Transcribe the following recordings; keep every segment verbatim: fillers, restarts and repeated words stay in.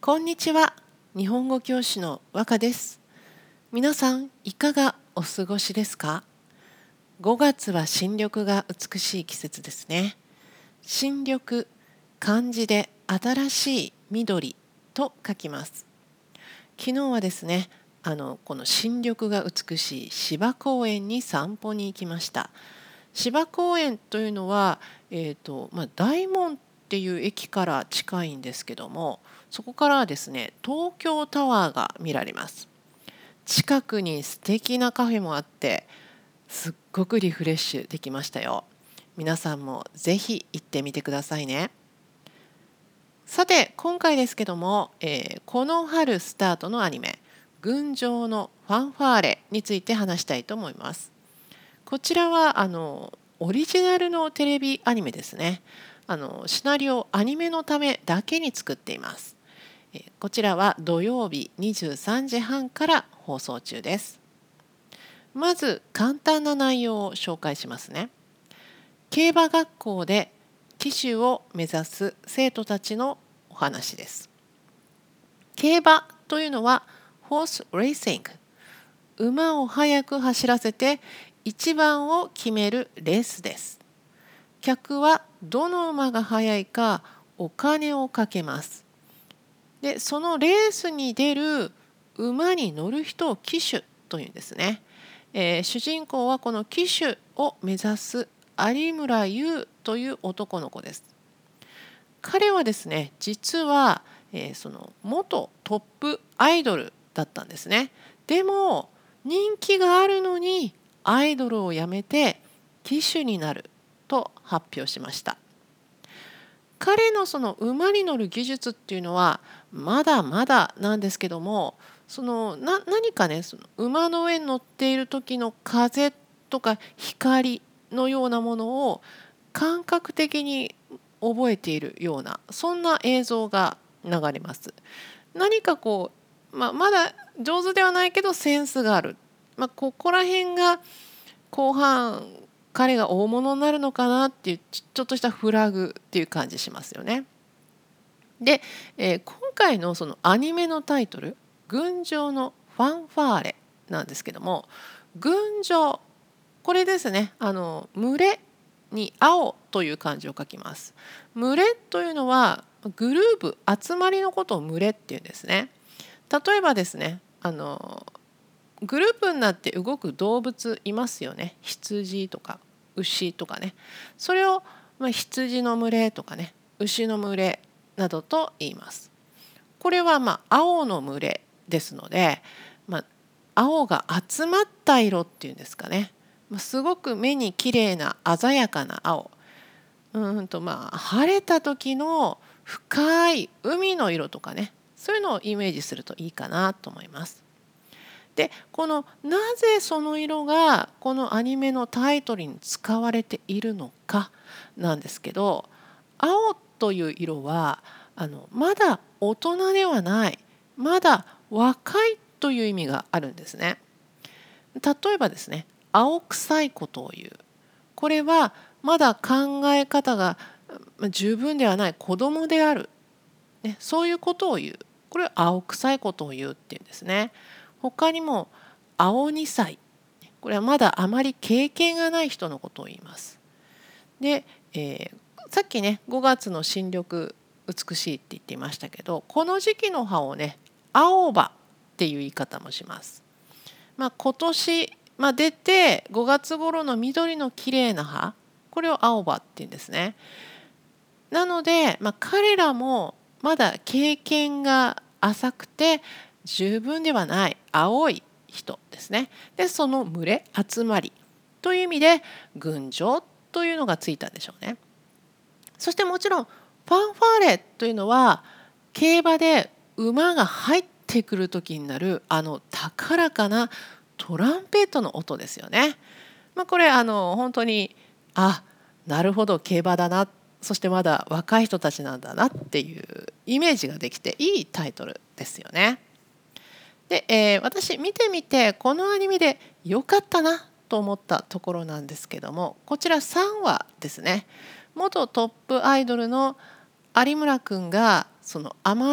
こんにちは。日本語教師の和歌です。皆さん、いかがお過ごしですか？ごがつは新緑が美しい季節ですね。新緑、漢字で新しい緑と書きます。昨日はですね、あのこの新緑が美しい芝公園に散歩に行きました。芝公園というのは、えーとまあ、大門っていう駅から近いんですけども、そこからはですね、東京タワーが見られます。近くに素敵なカフェもあって、すっごくリフレッシュできましたよ。皆さんもぜひ行ってみてくださいね。さて、今回ですけども、えーこの春スタートのアニメ「群青のファンファーレ」について話したいと思います。こちらはあのオリジナルのテレビアニメですね。あのシナリオアニメのためだけに作っています。えこちらは土曜日にじゅうさんじはんから放送中です。まず簡単な内容を紹介しますね。競馬学校で騎手を目指す生徒たちのお話です。競馬というのはホースレーシング、馬を速く走らせて一番を決めるレースです。客はどの馬が速いかお金をかけます。で、そのレースに出る馬に乗る人を騎手というんですね。えー主人公はこの騎手を目指す有村優という男の子です。彼はですね、実は、えーその元トップアイドルだったんですね。でも人気があるのにアイドルを辞めて騎手になると発表しました。彼のその馬に乗る技術っていうのはまだまだなんですけども、そのな何かね、その馬の上に乗っている時の風とか光のようなものを感覚的に覚えているような、そんな映像が流れます。何かこう、まあ、まだ上手ではないけどセンスがある、まあ、ここら辺が後半彼が大物になるのかなっていうちちょっとしたフラグっていう感じしますよね。で、えー今回のそのアニメのタイトル「群青のファンファーレ」なんですけども、群青、これですね、あの群れに青という漢字を書きます。群れというのはグループ、集まりのことを群れっていうんですね。例えばですね、あのグループになって動く動物いますよね。羊とか牛とかね。それを、まあ、羊の群れとかね、牛の群れなどと言います。これはまあ青の群れですので、まあ、青が集まった色っていうんですかね。まあ、すごく目に綺麗な鮮やかな青。うんとまあ晴れた時の深い海の色とかね、そういうのをイメージするといいかなと思います。で、このなぜその色がこのアニメのタイトルに使われているのかなんですけど、青という色はあのまだ大人ではない、まだ若いという意味があるんですね。例えばですね、青臭いことを言う。これはまだ考え方がま十分ではない子供である、ね、そういうことを言う。これは青臭いことを言うっていうんですね。他にも青にさい。これはまだあまり経験がない人のことを言います。で、えーさっきね、ごがつの新緑美しいって言っていましたけど、この時期の葉をね、青葉っていう言い方もします。まあ、今年、まあ、出てごがつ頃の緑のきれいな葉、これを青葉って言うんですね。なので、まあ、彼らもまだ経験が浅くて十分ではない青い人ですね。で、その群れ、集まりという意味で群青というのがついたんでしょうね。そしてもちろんファンファーレというのは競馬で馬が入ってくる時になるあの高らかなトランペットの音ですよね。まあ、これあの本当に、あ、なるほど競馬だな、そしてまだ若い人たちなんだなっていうイメージができていいタイトルですよね。で、えー私見てみてこのアニメで良かったなと思ったところなんですけども、こちらさんわですね。元トップアイドルの有村くんがその天音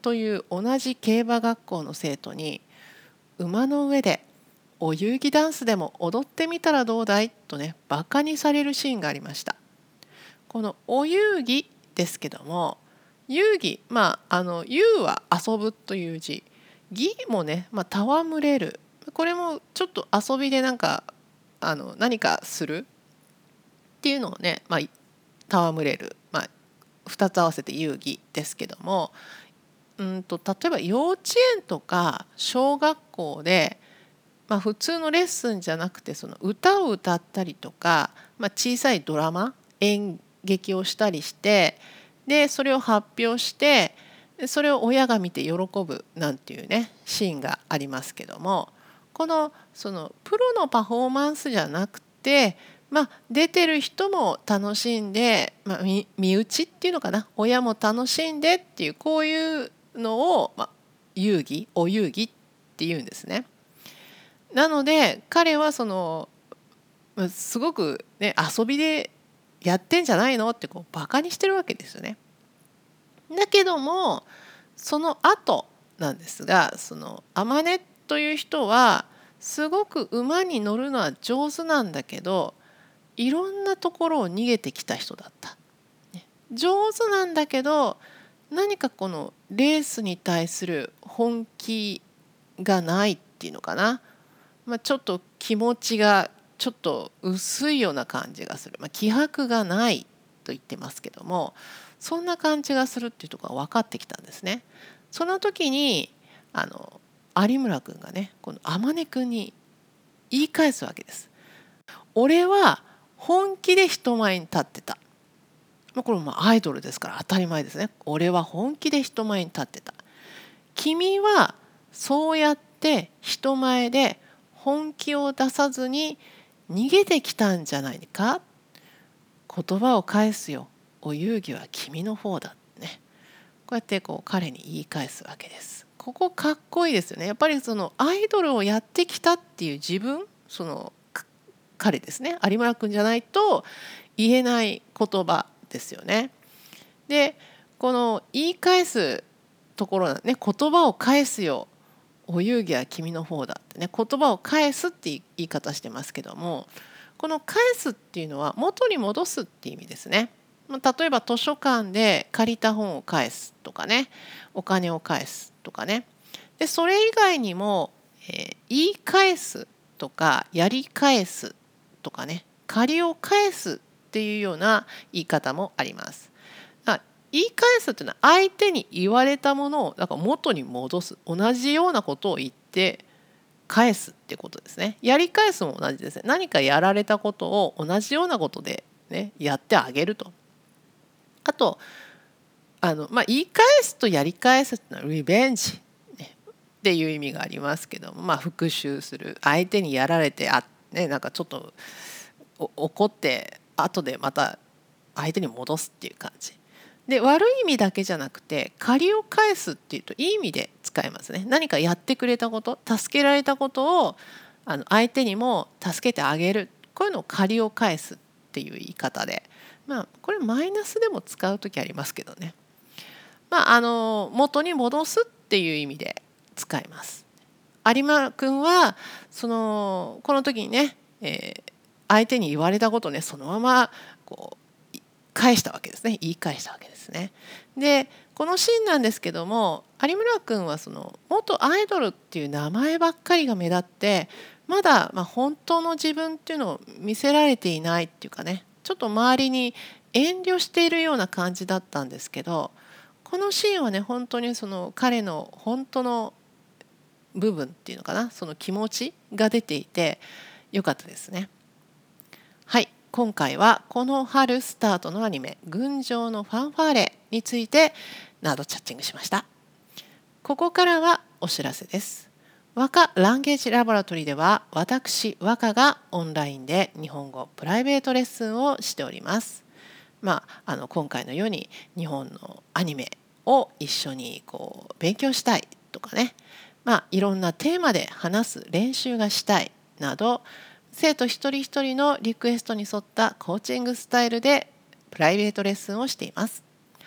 という同じ競馬学校の生徒に馬の上でお遊戯ダンスでも踊ってみたらどうだいとね、バカにされるシーンがありました。このお遊戯ですけども、遊戯、まあ、あの遊は遊ぶという字、戯もね、まあ、戯れる、これもちょっと遊びでなんかあの何かするっていうのをね、まあ、戯れる、まあ、ふたつ合わせて遊戯ですけども、うんと例えば幼稚園とか小学校で、まあ、普通のレッスンじゃなくてその歌を歌ったりとか、まあ、小さいドラマ演劇をしたりして、でそれを発表して、それを親が見て喜ぶなんていうねシーンがありますけども、このそのプロのパフォーマンスじゃなくて、まあ、出てる人も楽しんで、まあ、身身内っていうのかな、親も楽しんでっていう、こういうのを、まあ、遊戯お遊戯っていうんですね。なので彼はそのすごく、ね、遊びでやってんじゃないのってこうバカにしてるわけですよね。だけどもその後なんですが、その天音という人はすごく馬に乗るのは上手なんだけど、いろんなところを逃げてきた人だった。上手なんだけど何かこのレースに対する本気がないっていうのかな、まあ、ちょっと気持ちがちょっと薄いような感じがする、まあ、気迫がないと言ってますけども、そんな感じがするっていうところが分かってきたんですね。その時にあの有村君がね、この天音君に言い返すわけです。俺は本気で人前に立ってた。まあ、これもアイドルですから当たり前ですね。俺は本気で人前に立ってた。君はそうやって人前で本気を出さずに逃げてきたんじゃないか。言葉を返すよ。お遊戯は君の方だね。こうやってこう彼に言い返すわけです。ここかっこいいですよね。やっぱりそのアイドルをやってきたっていう自分、その彼ですね、有村君じゃないと言えない言葉ですよね。でこの言い返すところなんね、言葉を返すよ、お遊戯は君の方だってね、言葉を返すって言い方してますけども、この返すっていうのは元に戻すっていう意味ですね。例えば図書館で借りた本を返すとかね、お金を返すとかね。でそれ以外にも、えー、言い返すとかやり返すとかね、借りを返すっていうような言い方もあります。言い返すっていうのは相手に言われたものをだから元に戻す、同じようなことを言って返すってことですね。やり返すも同じですね。何かやられたことを同じようなことで、ね、やってあげると。あとあの、まあ、言い返すとやり返すっていうのはリベンジ、ね、っていう意味がありますけども、まあ、復讐する、相手にやられてあ、ね、なんかちょっと怒って後でまた相手に戻すっていう感じで、悪い意味だけじゃなくて借りを返すっていうといい意味で使えますね。何かやってくれたこと、助けられたことをあの相手にも助けてあげる、こういうのを借りを返すっていう言い方で、まあこれマイナスでも使う時ありますけどね、まあ、あの元に戻すっていう意味で使います。有馬くんはそのこの時にね、えー、相手に言われたことをねそのままこう返したわけですね。言い返したわけですね。でこのシーンなんですけども、有村くんはその元アイドルっていう名前ばっかりが目立ってまだまあ本当の自分っていうのを見せられていないっていうかね、ちょっと周りに遠慮しているような感じだったんですけど、このシーンはね本当にその彼の本当の部分っていうのかな、その気持ちが出ていてよかったですね。はい、今回はこの春スタートのアニメ「群青のファンファーレ」についてナードチャッチングしました。ここからはお知らせです。和歌ランゲージラボラトリーでは私和歌がオンラインで日本語プライベートレッスンをしております。まあ、あの今回のように日本のアニメを一緒にこう勉強したいとかね、まあ、いろんなテーマで話す練習がしたいなど、生徒一人一人のリクエストに沿ったコーチングスタイルでプライベートレッスンをしています。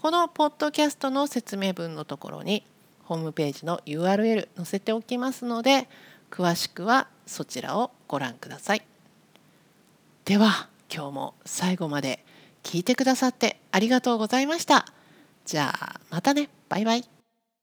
このポッドキャストの説明文のところにホームページの ユーアールエル 載せておきますので、詳しくはそちらをご覧ください。では今日も最後まで聞いてくださってありがとうございました。じゃあまたね。バイバイ。